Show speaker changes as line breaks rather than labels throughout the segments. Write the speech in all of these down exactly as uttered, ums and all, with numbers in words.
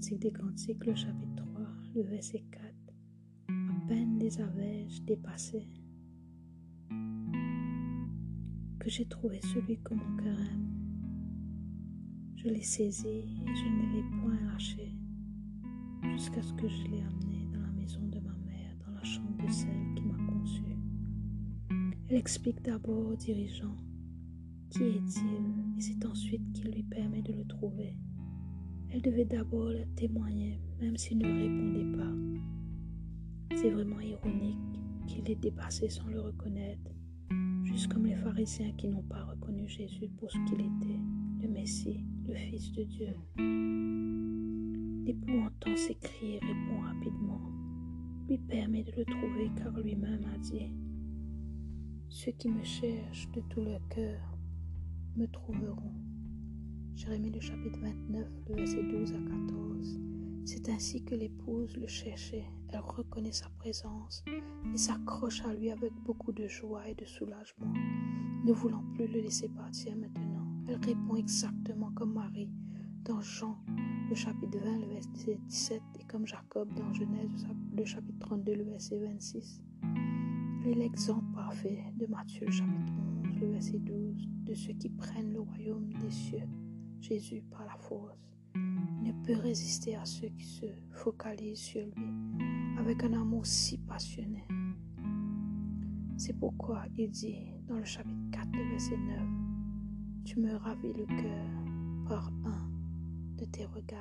Cantique des Cantiques, le chapitre trois, le verset quatre. À peine les avais-je dépassés que j'ai trouvé celui que mon cœur aime. Je l'ai saisi et je ne l'ai point lâché jusqu'à ce que je l'ai amené dans la maison de ma mère, dans la chambre de celle qui m'a conçue. Elle explique d'abord au dirigeant qui est-il et c'est ensuite qu'il lui permet de le trouver. Elle devait d'abord le témoigner, même s'il ne répondait pas. C'est vraiment ironique qu'il ait dépassé sans le reconnaître, juste comme les pharisiens qui n'ont pas reconnu Jésus pour ce qu'il était, le Messie, le Fils de Dieu. L'époux entend ses cris et répond rapidement, lui permet de le trouver car lui-même a dit « Ceux qui me cherchent de tout leur cœur me trouveront ». Jérémie le chapitre vingt-neuf, le verset douze à quatorze. C'est ainsi que l'épouse le cherchait. Elle reconnaît sa présence et s'accroche à lui avec beaucoup de joie et de soulagement, ne voulant plus le laisser partir maintenant. Elle répond exactement comme Marie dans Jean le chapitre vingt, le verset dix-sept, et comme Jacob dans Genèse le chapitre trente-deux, le verset vingt-six. Elle est l'exemple parfait de Matthieu le chapitre onze, le verset douze, de ceux qui prennent le royaume des cieux. Jésus par la force ne peut résister à ceux qui se focalisent sur lui avec un amour si passionné. C'est pourquoi il dit dans le chapitre quatre, le verset neuf, « Tu me ravis le cœur par un de tes regards ».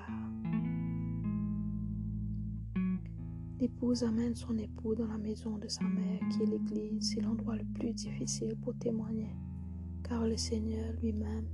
L'épouse amène son époux dans la maison de sa mère qui est l'église. C'est l'endroit le plus difficile pour témoigner, car le Seigneur lui-même,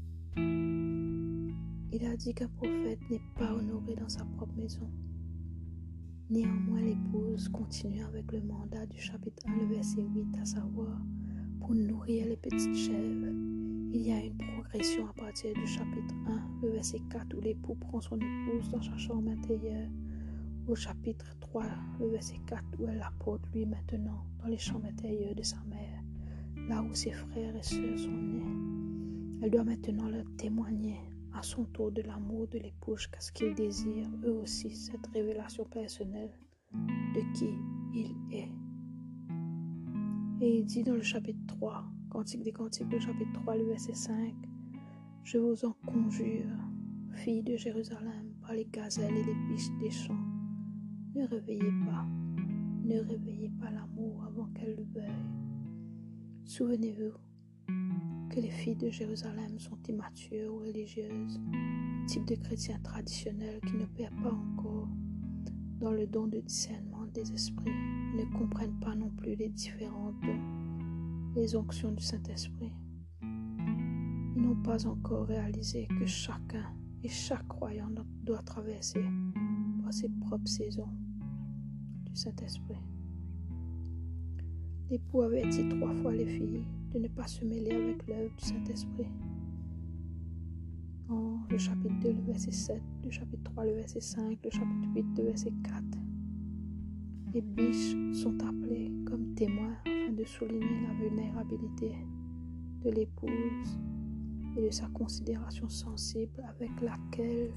il a dit qu'un prophète n'est pas honoré dans sa propre maison. Néanmoins, l'épouse continue avec le mandat du chapitre un, le verset huit, à savoir, pour nourrir les petites chèvres. Il y a une progression à partir du chapitre un, le verset quatre, où l'époux prend son épouse dans sa chambre intérieure, au chapitre trois, le verset quatre, où elle la porte lui maintenant dans les chambres intérieures de sa mère, là où ses frères et sœurs sont nés. Elle doit maintenant leur témoigner à son tour de l'amour de l'époux jusqu'à ce qu'ils désirent eux aussi cette révélation personnelle de qui il est. Et il dit dans le chapitre trois, Cantique des Cantiques, le chapitre trois, le verset cinq, « Je vous en conjure, filles de Jérusalem, par les gazelles et les biches des champs, ne réveillez pas, ne réveillez pas l'amour avant qu'elle le veuille. Souvenez-vous que les filles de Jérusalem sont immatures ou religieuses, type de chrétiens traditionnels qui ne perdent pas encore dans le don de discernement des esprits, ils ne comprennent pas non plus les différents dons, les onctions du Saint-Esprit. Ils n'ont pas encore réalisé que chacun et chaque croyant doit traverser par ses propres saisons du Saint-Esprit. L'époux avait dit trois fois les filles de ne pas se mêler avec l'œuvre du Saint-Esprit. En le chapitre deux, le verset sept, le chapitre trois, le verset cinq, le chapitre huit, le verset quatre. Les biches sont appelées comme témoins afin de souligner la vulnérabilité de l'épouse et de sa considération sensible avec laquelle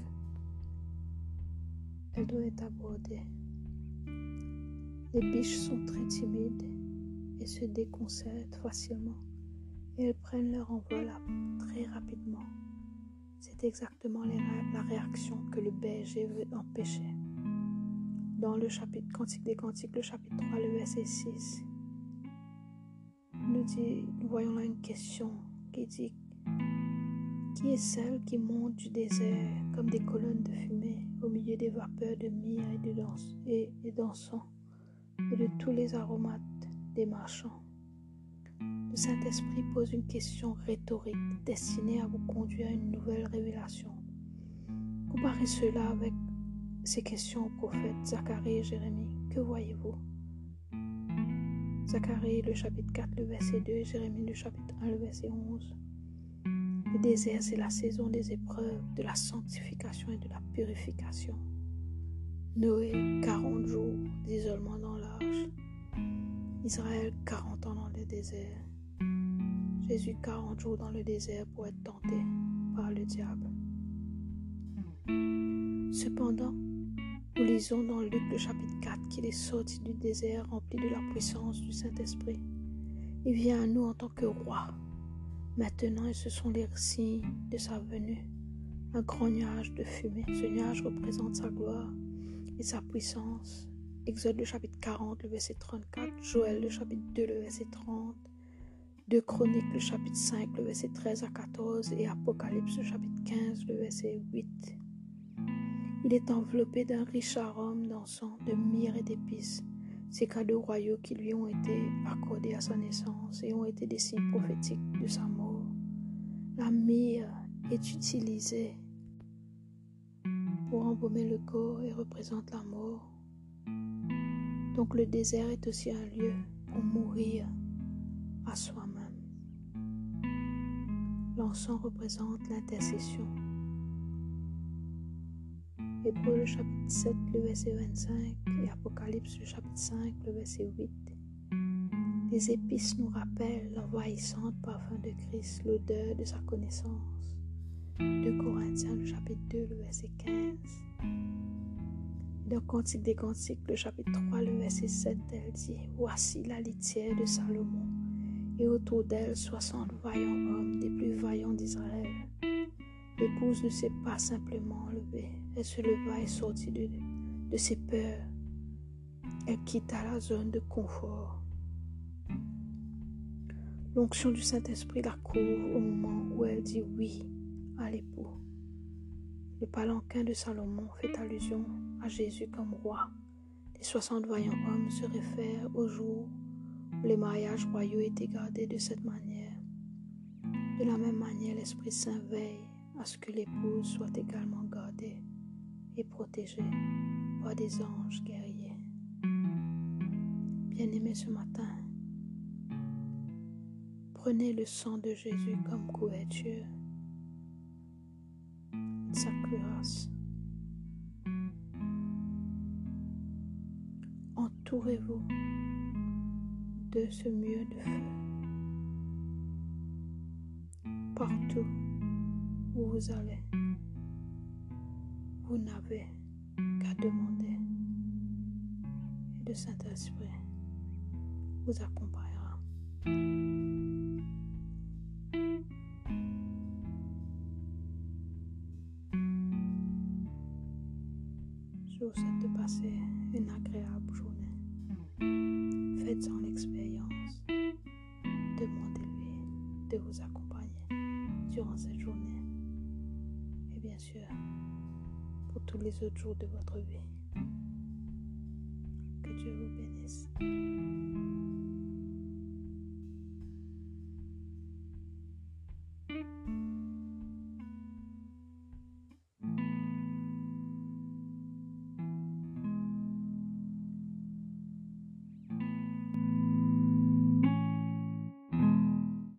elle doit être abordée. Les biches sont très timides et se déconcertent facilement et elles prennent leur envol très rapidement. C'est exactement la réaction que le berger veut empêcher. Dans le chapitre Cantique des Cantiques, le chapitre trois, le verset six, nous, dit, nous voyons là une question qui dit « Qui est celle qui monte du désert comme des colonnes de fumée au milieu des vapeurs de myrrhe et de danse, et, et d'encens et de tous les aromates des marchands ?» Le Saint-Esprit pose une question rhétorique destinée à vous conduire à une nouvelle révélation. Comparez cela avec ces questions aux prophètes Zacharie et Jérémie. Que voyez-vous? Zacharie, le chapitre quatre, le verset deux, Jérémie, le chapitre un, le verset onze. Le désert, c'est la saison des épreuves, de la sanctification et de la purification. Noé, quarante jours d'isolement dans l'arche. Israël, quarante ans dans le désert. Jésus, quarante jours dans le désert pour être tenté par le diable. Cependant, nous lisons dans Luc le chapitre quatre qu'il est sorti du désert rempli de la puissance du Saint-Esprit. Il vient à nous en tant que roi. Maintenant, et ce sont les signes de sa venue. Un grand nuage de fumée. Ce nuage représente sa gloire et sa puissance. Exode le chapitre quarante, le verset trente-quatre. Joël le chapitre deux, le verset trente. deux Chroniques le chapitre cinq, le verset treize à quatorze. Et Apocalypse le chapitre quinze, le verset huit. Il est enveloppé d'un riche arôme d'encens, de myrrhe et d'épices. Ces cadeaux royaux qui lui ont été accordés à sa naissance et ont été des signes prophétiques de sa mort. La myrrhe est utilisée pour embaumer le corps et représente la mort. Donc le désert est aussi un lieu pour mourir à soi-même. L'encens représente l'intercession. Hébreux le chapitre sept, le verset vingt-cinq et Apocalypse le chapitre cinq, le verset huit. Les épices nous rappellent l'envahissant parfum de Christ, l'odeur de sa connaissance. deux Corinthiens le chapitre deux, le verset quinze. Dans Cantique des Cantiques, le chapitre trois, le verset sept, elle dit « Voici la litière de Salomon, et autour d'elle soixante vaillants hommes, des plus vaillants d'Israël. » L'épouse ne s'est pas simplement levée, elle se leva et sortit de, de ses peurs. Elle quitta la zone de confort. L'onction du Saint-Esprit la couvre au moment où elle dit oui à l'époux. Le palanquin de Salomon fait allusion à Jésus comme roi. Les soixante vaillants hommes se réfèrent au jour où les mariages royaux étaient gardés de cette manière. De la même manière, l'Esprit Saint veille à ce que l'épouse soit également gardée et protégée par des anges guerriers. Bien-aimés, ce matin, prenez le sang de Jésus comme couverture, sa cuirasse. Entourez-vous de ce mur de feu. Partout où vous allez, vous n'avez qu'à demander et le Saint-Esprit vous accompagnera. Je vous souhaite de passer une agréable journée. Faites-en l'expérience. Demandez-lui de vous accompagner durant cette journée. Et bien sûr, pour tous les autres jours de votre vie. Que Dieu vous bénisse.